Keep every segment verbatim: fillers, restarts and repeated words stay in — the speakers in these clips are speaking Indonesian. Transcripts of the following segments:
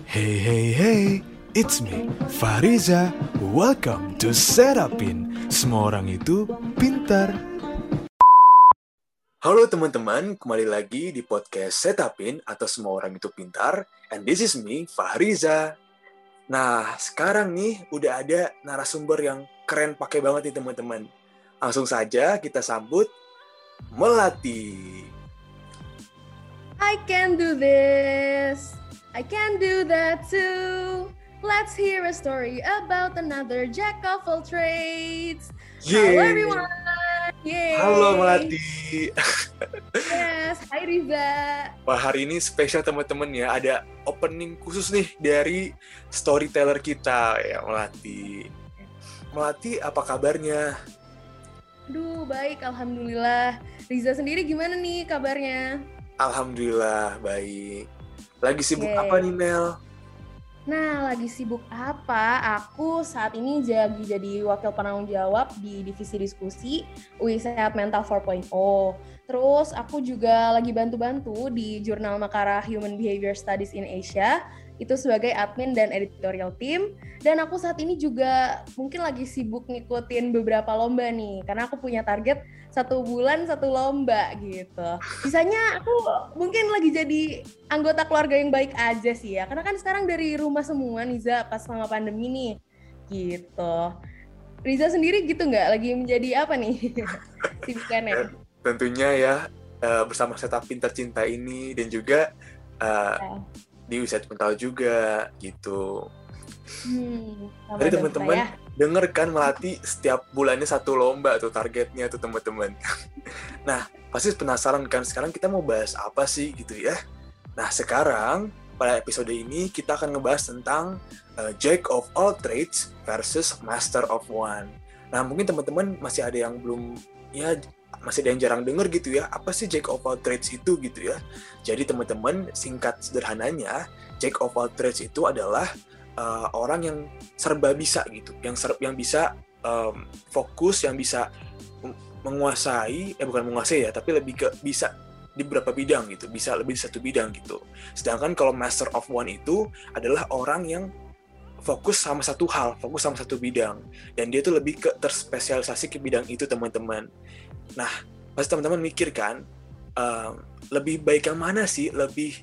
Hey hey hey, it's me, Fariza. Welcome to Setupin. Semua orang itu pintar. Halo teman-teman, kembali lagi di podcast Setupin atau Semua Orang Itu Pintar. And this is me, Fariza. Nah, sekarang nih udah ada narasumber yang keren pakai banget nih teman-teman. Langsung saja kita sambut Melati. I can do this. I can do that too. Let's hear a story about another jack of all trades. Yeay. Hello everyone. Yay. Halo Melati. Yes, hai Riza. Wah, hari ini spesial teman-teman ya. Ada opening khusus nih dari storyteller kita ya, Melati. Melati, apa kabarnya? Aduh, baik, alhamdulillah. Riza sendiri gimana nih kabarnya? Alhamdulillah, baik. Lagi sibuk Yeay. apa nih, Mel? Nah, lagi sibuk apa? Aku saat ini jadi jadi wakil penanggung jawab di divisi diskusi U I Sehat Mental empat titik nol. Terus aku juga lagi bantu-bantu di jurnal Makara Human Behavior Studies in Asia, itu sebagai admin dan editorial team. Dan aku saat ini juga mungkin lagi sibuk ngikutin beberapa lomba nih, karena aku punya target satu bulan satu lomba gitu. Sisanya aku mungkin lagi jadi anggota keluarga yang baik aja sih ya, karena kan sekarang dari rumah semua Niza pas selama pandemi nih gitu. Riza sendiri gitu nggak? Lagi menjadi apa nih sibukannya? Tentunya ya, uh, bersama Setupin tercinta ini dan juga uh, Ya. di U I Sehat Mental juga gitu. Hmm, Jadi teman-teman ya. Denger kan Melati setiap bulannya satu lomba tuh targetnya tuh teman-teman. Nah, pasti penasaran kan sekarang kita mau bahas apa sih gitu ya. Nah, sekarang pada episode ini kita akan ngebahas tentang uh, Jack of all trades versus Master of one. Nah, mungkin teman-teman masih ada yang belum ya masih ada yang jarang denger gitu ya. Apa sih Jack of all trades itu gitu ya. Jadi teman-teman, singkat sederhananya, Jack of all trades itu adalah Uh, orang yang serba bisa gitu, yang ser- yang bisa um, fokus, yang bisa menguasai, eh bukan menguasai ya, tapi lebih ke bisa di beberapa bidang gitu, bisa lebih di satu bidang gitu. Sedangkan kalau Master of One itu adalah orang yang fokus sama satu hal, fokus sama satu bidang, dan dia tuh lebih ke terspesialisasi ke bidang itu teman-teman. Nah, pasti teman-teman mikir kan, um, lebih baik yang mana sih, lebih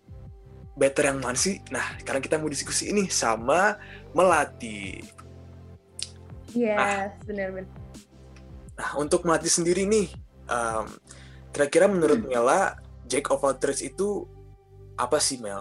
better yang mana sih? Nah, sekarang kita mau diskusi ini sama Melati. Yes, nah, benar-benar. Nah, untuk Melati sendiri nih, um, kira-kira menurut hmm. Mela, Jack of all trades itu apa sih, Mel?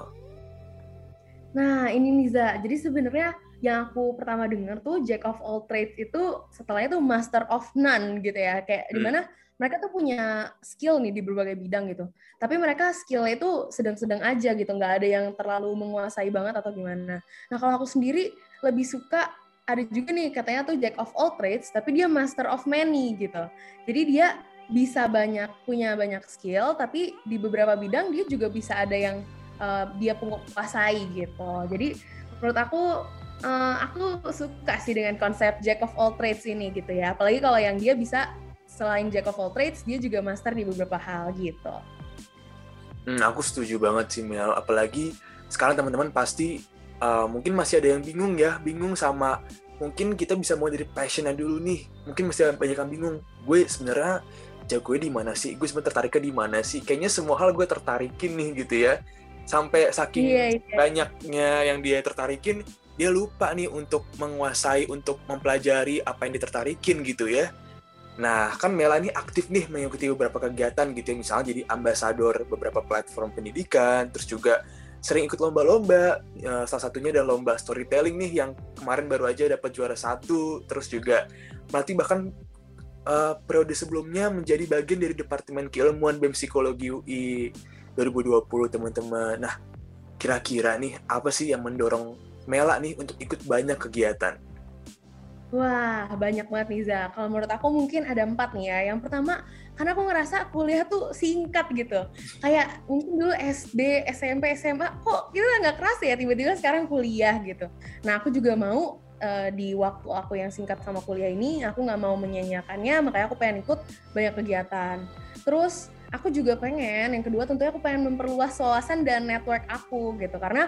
Nah, ini Niza. Jadi sebenarnya yang aku pertama dengar tuh Jack of all trades itu setelahnya tuh Master of none gitu ya. Kayak hmm. dimana mereka tuh punya skill nih di berbagai bidang gitu. Tapi mereka skillnya itu sedang-sedang aja gitu. Nggak ada yang terlalu menguasai banget atau gimana. Nah, kalau aku sendiri lebih suka, ada juga nih katanya tuh Jack of all trades, tapi dia Master of many gitu. Jadi dia bisa banyak, punya banyak skill, tapi di beberapa bidang dia juga bisa ada yang uh, dia penguasai gitu. Jadi menurut aku, uh, aku suka sih dengan konsep Jack of all trades ini gitu ya. Apalagi kalau yang dia bisa selain Jack of all trades, dia juga master di beberapa hal gitu. Hmm, aku setuju banget sih Mel. Apalagi sekarang teman-teman pasti uh, mungkin masih ada yang bingung ya, bingung sama mungkin kita bisa mulai dari passionnya dulu nih. Mungkin masih banyak yang bingung. Gue sebenarnya jagonya di mana sih? Gue sebenarnya tertariknya di mana sih? Kayaknya semua hal gue tertarikin nih gitu ya. Sampai saking yeah, yeah. banyaknya yang dia tertarikin, dia lupa nih untuk menguasai, untuk mempelajari apa yang ditertarikin gitu ya. Nah, kan Mela ini aktif nih mengikuti beberapa kegiatan gitu ya, misalnya jadi ambasador beberapa platform pendidikan, terus juga sering ikut lomba-lomba, salah satunya adalah lomba storytelling nih yang kemarin baru aja dapat juara satu, terus juga Melati bahkan uh, periode sebelumnya menjadi bagian dari Departemen Keilmuan B E M Psikologi U I dua ribu dua puluh teman-teman. Nah, kira-kira nih apa sih yang mendorong Mela nih untuk ikut banyak kegiatan? Wah, banyak banget Niza. Kalau menurut aku mungkin ada empat nih ya. Yang pertama, karena aku ngerasa kuliah tuh singkat gitu. Kayak mungkin dulu S D, S M P, S M A, kok gitu nggak keras ya tiba-tiba sekarang kuliah gitu. Nah, aku juga mau uh, di waktu aku yang singkat sama kuliah ini, aku nggak mau menyanyiakannya, makanya aku pengen ikut banyak kegiatan. Terus, aku juga pengen, yang kedua tentunya aku pengen memperluas wawasan dan network aku gitu. Karena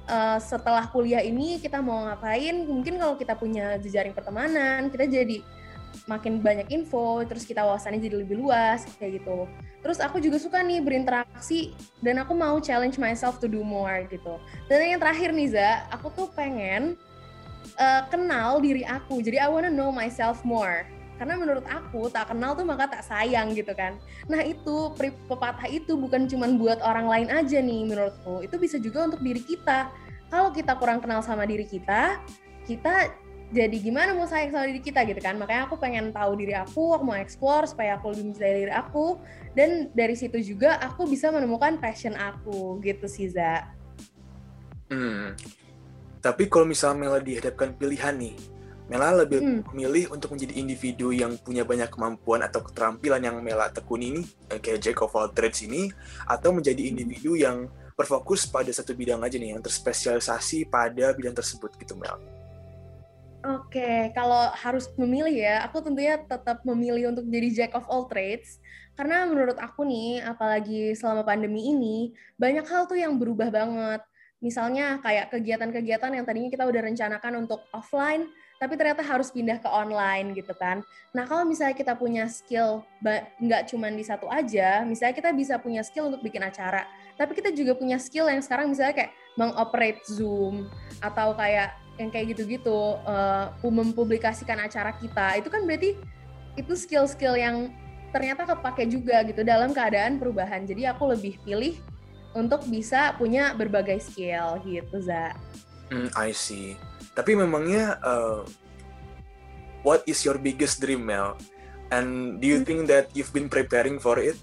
uh, setelah kuliah ini kita mau ngapain. Mungkin kalau kita punya jejaring pertemanan, kita jadi makin banyak info, terus kita wawasannya jadi lebih luas, kayak gitu. Terus aku juga suka nih berinteraksi, dan aku mau challenge myself to do more, gitu. Dan yang terakhir nih, Za, aku tuh pengen uh, kenal diri aku. Jadi I wanna know myself more. Karena menurut aku, tak kenal tuh maka tak sayang, gitu kan. Nah itu, pepatah itu bukan cuma buat orang lain aja nih menurutku. Itu bisa juga untuk diri kita. Kalau kita kurang kenal sama diri kita, kita jadi gimana mau sayang sama diri kita gitu kan. Makanya aku pengen tahu diri aku, aku mau explore supaya aku lebih mencintai diri aku, dan dari situ juga aku bisa menemukan passion aku gitu sih, Za. Hmm. Tapi kalau misalnya Mela dihadapkan pilihan nih, Mela lebih hmm. memilih untuk menjadi individu yang punya banyak kemampuan atau keterampilan yang Mela tekuni nih, kayak Jack of all trades ini, atau menjadi individu yang berfokus pada satu bidang aja nih, yang terspesialisasi pada bidang tersebut gitu, Mel? Oke, kalau harus memilih ya, aku tentunya tetap memilih untuk jadi Jack of all trades, karena menurut aku nih, apalagi selama pandemi ini, banyak hal tuh yang berubah banget. Misalnya kayak kegiatan-kegiatan yang tadinya kita udah rencanakan untuk offline, tapi ternyata harus pindah ke online gitu kan. Nah kalau misalnya kita punya skill, nggak cuma di satu aja, misalnya kita bisa punya skill untuk bikin acara, tapi kita juga punya skill yang sekarang misalnya kayak mengoperate Zoom, atau kayak yang kayak gitu-gitu, uh, mempublikasikan acara kita, itu kan berarti itu skill-skill yang ternyata kepake juga gitu dalam keadaan perubahan. Jadi aku lebih pilih untuk bisa punya berbagai skill gitu, Za. Hmm, I see. Tapi memangnya, uh, what is your biggest dream, Mel? And do you hmm. think that you've been preparing for it?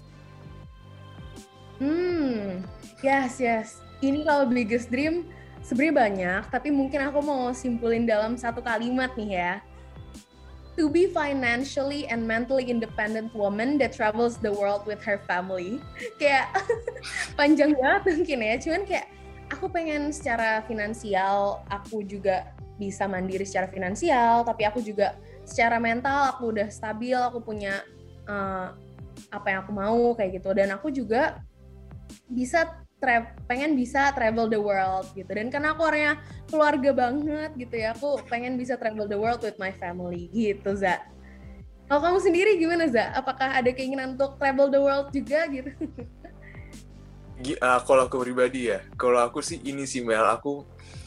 Hmm, yes, yes. Ini kalau biggest dream, sebenarnya banyak, tapi mungkin aku mau simpulin dalam satu kalimat nih ya. To be financially and mentally independent woman that travels the world with her family. Kayak panjang banget mungkin ya, cuman kayak aku pengen secara finansial, aku juga bisa mandiri secara finansial, tapi aku juga secara mental aku udah stabil, aku punya uh, apa yang aku mau kayak gitu, dan aku juga bisa Tra- pengen bisa travel the world gitu. Dan karena aku orangnya keluarga banget gitu ya, aku pengen bisa travel the world with my family gitu, Za. Kalau kamu sendiri gimana, Za? Apakah ada keinginan untuk travel the world juga gitu? Uh, kalau aku pribadi ya, kalau aku sih ini sih, Mel, aku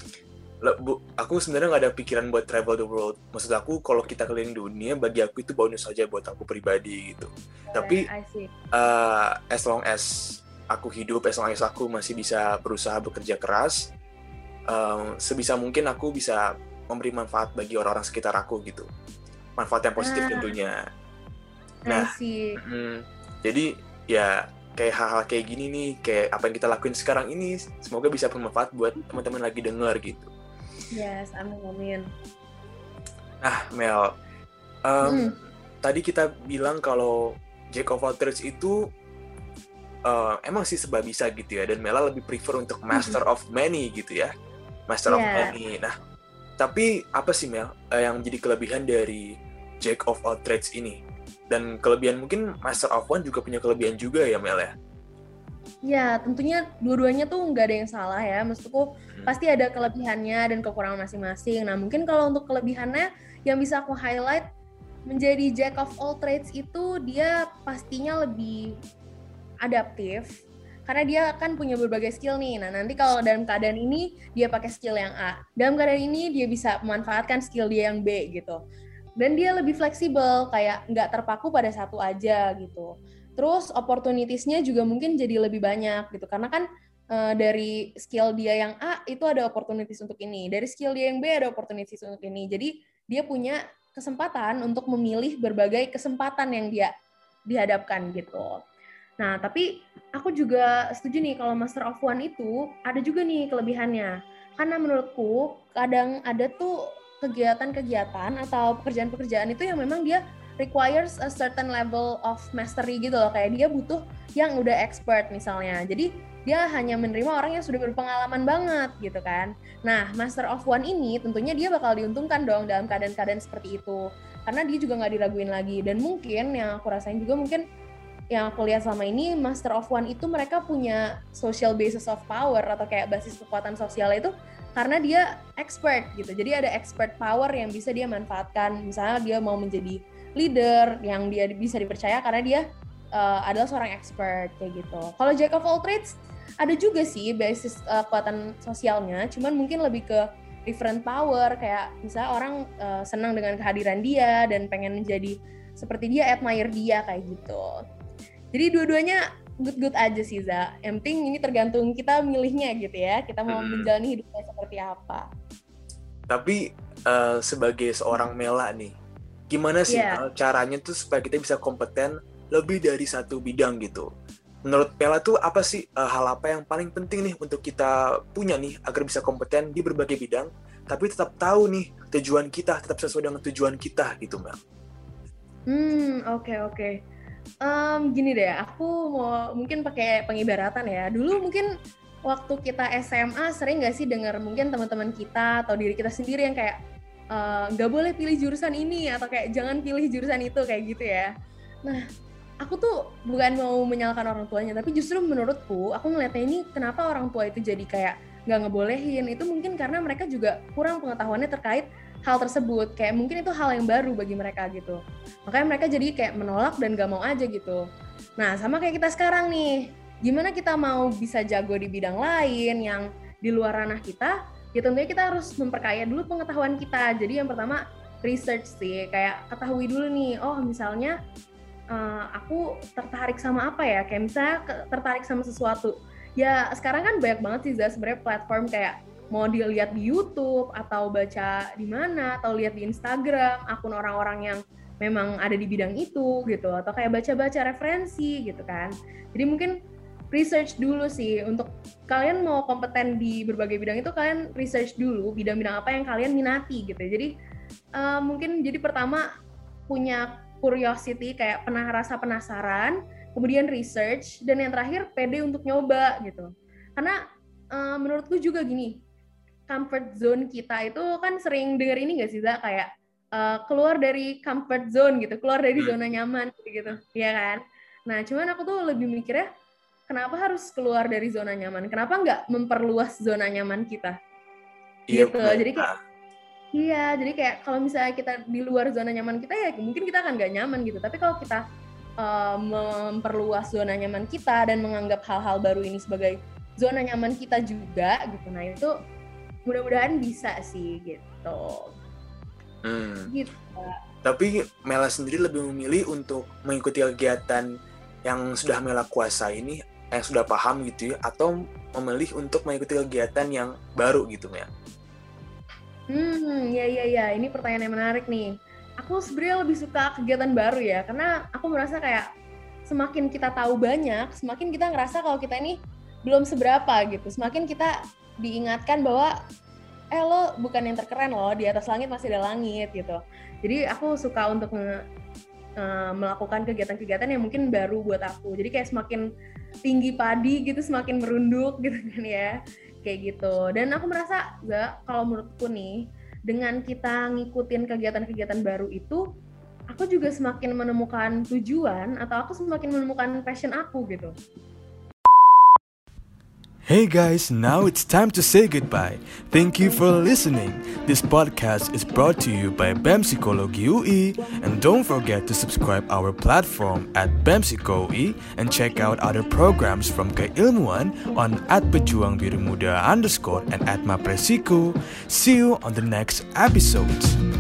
aku sebenarnya nggak ada pikiran buat travel the world. Maksud aku kalau kita keliling dunia, bagi aku itu bonus saja buat aku pribadi gitu. Okay, tapi uh, as long as aku hidup, as long as aku masih bisa berusaha bekerja keras, um, sebisa mungkin aku bisa memberi manfaat bagi orang-orang sekitar aku gitu, manfaat yang positif ah, tentunya. Nah, mm, jadi ya kayak hal-hal kayak gini nih, kayak apa yang kita lakuin sekarang ini, semoga bisa bermanfaat buat teman-teman lagi denger gitu. Yes, amin amin. Nah, Mel, um, mm. tadi kita bilang kalau Jack of all trades itu Uh, emang sih sebab bisa gitu ya, dan Mela lebih prefer untuk master of many gitu ya, master yeah. of many. Nah, tapi apa sih Mel uh, yang menjadi kelebihan dari Jack of all trades ini? Dan kelebihan mungkin master of one juga punya kelebihan juga ya, Mel ya? Ya, tentunya dua-duanya tuh nggak ada yang salah ya, maksudku hmm. pasti ada kelebihannya dan kekurangan masing-masing. Nah, mungkin kalau untuk kelebihannya yang bisa aku highlight, menjadi Jack of all trades itu dia pastinya lebih adaptif, karena dia kan punya berbagai skill nih. Nah, nanti kalau dalam keadaan ini dia pakai skill yang A, dalam keadaan ini dia bisa memanfaatkan skill dia yang B gitu. Dan dia lebih fleksibel, kayak nggak terpaku pada satu aja gitu. Terus opportunities-nya juga mungkin jadi lebih banyak gitu, karena kan e, dari skill dia yang A itu ada opportunities untuk ini, dari skill dia yang B ada opportunities untuk ini. Jadi dia punya kesempatan untuk memilih berbagai kesempatan yang dia dihadapkan gitu. Nah, tapi aku juga setuju nih kalau Master of One itu ada juga nih kelebihannya. Karena menurutku kadang ada tuh kegiatan-kegiatan atau pekerjaan-pekerjaan itu yang memang dia requires a certain level of mastery gitu loh. Kayak dia butuh yang udah expert misalnya. Jadi dia hanya menerima orang yang sudah berpengalaman banget gitu kan. Nah, Master of One ini tentunya dia bakal diuntungkan dong dalam keadaan-keadaan seperti itu. Karena dia juga nggak diraguin lagi. Dan mungkin yang aku rasain juga mungkin yang aku lihat selama ini Master of One itu mereka punya social basis of power atau kayak basis kekuatan sosial itu karena dia expert gitu. Jadi ada expert power yang bisa dia manfaatkan. Misalnya dia mau menjadi leader yang dia bisa dipercaya karena dia uh, adalah seorang expert kayak gitu. Kalau Jack of all trades ada juga sih basis uh, kekuatan sosialnya, cuman mungkin lebih ke different power, kayak misalnya orang uh, senang dengan kehadiran dia dan pengen menjadi seperti dia, admire dia kayak gitu. Jadi dua-duanya good-good aja sih, Za. Yang penting ini tergantung kita milihnya gitu ya, kita mau hmm. menjalani hidupnya seperti apa. Tapi uh, sebagai seorang Mela nih, gimana sih yeah. caranya tuh supaya kita bisa kompeten lebih dari satu bidang gitu? Menurut Mela tuh apa sih uh, hal apa yang paling penting nih untuk kita punya nih agar bisa kompeten di berbagai bidang, tapi tetap tahu nih tujuan kita, tetap sesuai dengan tujuan kita gitu, Mel? Hmm, oke okay, oke. Okay. Um, gini deh, aku mau mungkin pakai pengibaratan ya. Dulu mungkin waktu kita S M A sering nggak sih dengar mungkin teman-teman kita atau diri kita sendiri yang kayak nggak uh, boleh pilih jurusan ini atau kayak jangan pilih jurusan itu kayak gitu ya. Nah, aku tuh bukan mau menyalahkan orang tuanya, tapi justru menurutku aku ngeliatnya ini kenapa orang tua itu jadi kayak nggak ngebolehin, itu mungkin karena mereka juga kurang pengetahuannya terkait hal tersebut, kayak mungkin itu hal yang baru bagi mereka gitu. Makanya mereka jadi kayak menolak dan gak mau aja gitu. Nah, sama kayak kita sekarang nih, gimana kita mau bisa jago di bidang lain yang di luar ranah kita, ya tentunya kita harus memperkaya dulu pengetahuan kita. Jadi yang pertama, research sih, kayak ketahui dulu nih, oh misalnya uh, aku tertarik sama apa ya, kayak misalnya tertarik sama sesuatu. Ya sekarang kan banyak banget sih sebenarnya platform kayak mau dilihat di YouTube atau baca di mana atau lihat di Instagram akun orang-orang yang memang ada di bidang itu gitu, atau kayak baca-baca referensi gitu kan. Jadi mungkin research dulu sih, untuk kalian mau kompeten di berbagai bidang itu kalian research dulu bidang-bidang apa yang kalian minati gitu. Jadi uh, mungkin jadi pertama punya curiosity, kayak pernah rasa penasaran, kemudian research, dan yang terakhir pede untuk nyoba gitu. Karena uh, menurutku juga gini, comfort zone kita itu kan sering denger ini nggak sih, Za? Kayak uh, keluar dari comfort zone gitu, keluar dari zona nyaman gitu, ya kan? Nah, cuman aku tuh lebih mikirnya, kenapa harus keluar dari zona nyaman? Kenapa nggak memperluas zona nyaman kita? Gitu. Yep, jadi kayak, iya, jadi kayak kalau misalnya kita di luar zona nyaman kita ya mungkin kita akan nggak nyaman gitu. Tapi kalau kita uh, memperluas zona nyaman kita dan menganggap hal-hal baru ini sebagai zona nyaman kita juga gitu, nah itu mudah-mudahan bisa sih gitu. Hmm. Gitu. Tapi Mela sendiri lebih memilih untuk mengikuti kegiatan yang sudah Mela kuasai ini, yang sudah paham gitu ya, atau memilih untuk mengikuti kegiatan yang baru gitu, Mel? Hmm, ya ya ya, ini pertanyaan yang menarik nih. Aku sebenarnya lebih suka kegiatan baru ya, karena aku merasa kayak semakin kita tahu banyak, semakin kita ngerasa kalau kita ini belum seberapa gitu. Semakin kita diingatkan bahwa eh lo bukan yang terkeren loh, di atas langit masih ada langit gitu. Jadi aku suka untuk nge, uh, melakukan kegiatan-kegiatan yang mungkin baru buat aku. Jadi kayak semakin tinggi padi gitu, semakin merunduk gitu kan ya, kayak gitu. Dan aku merasa gak, kalau menurutku nih, dengan kita ngikutin kegiatan-kegiatan baru itu, aku juga semakin menemukan tujuan atau aku semakin menemukan passion aku gitu. Hey guys, now it's time to say goodbye. Thank you for listening. This podcast is brought to you by B E M Psikologi U I, and don't forget to subscribe our platform at B E M Psiko U I and check out other programs from Keilmuan on at Pejuang Biru Muda underscore and at Mapresiko. See you on the next episode.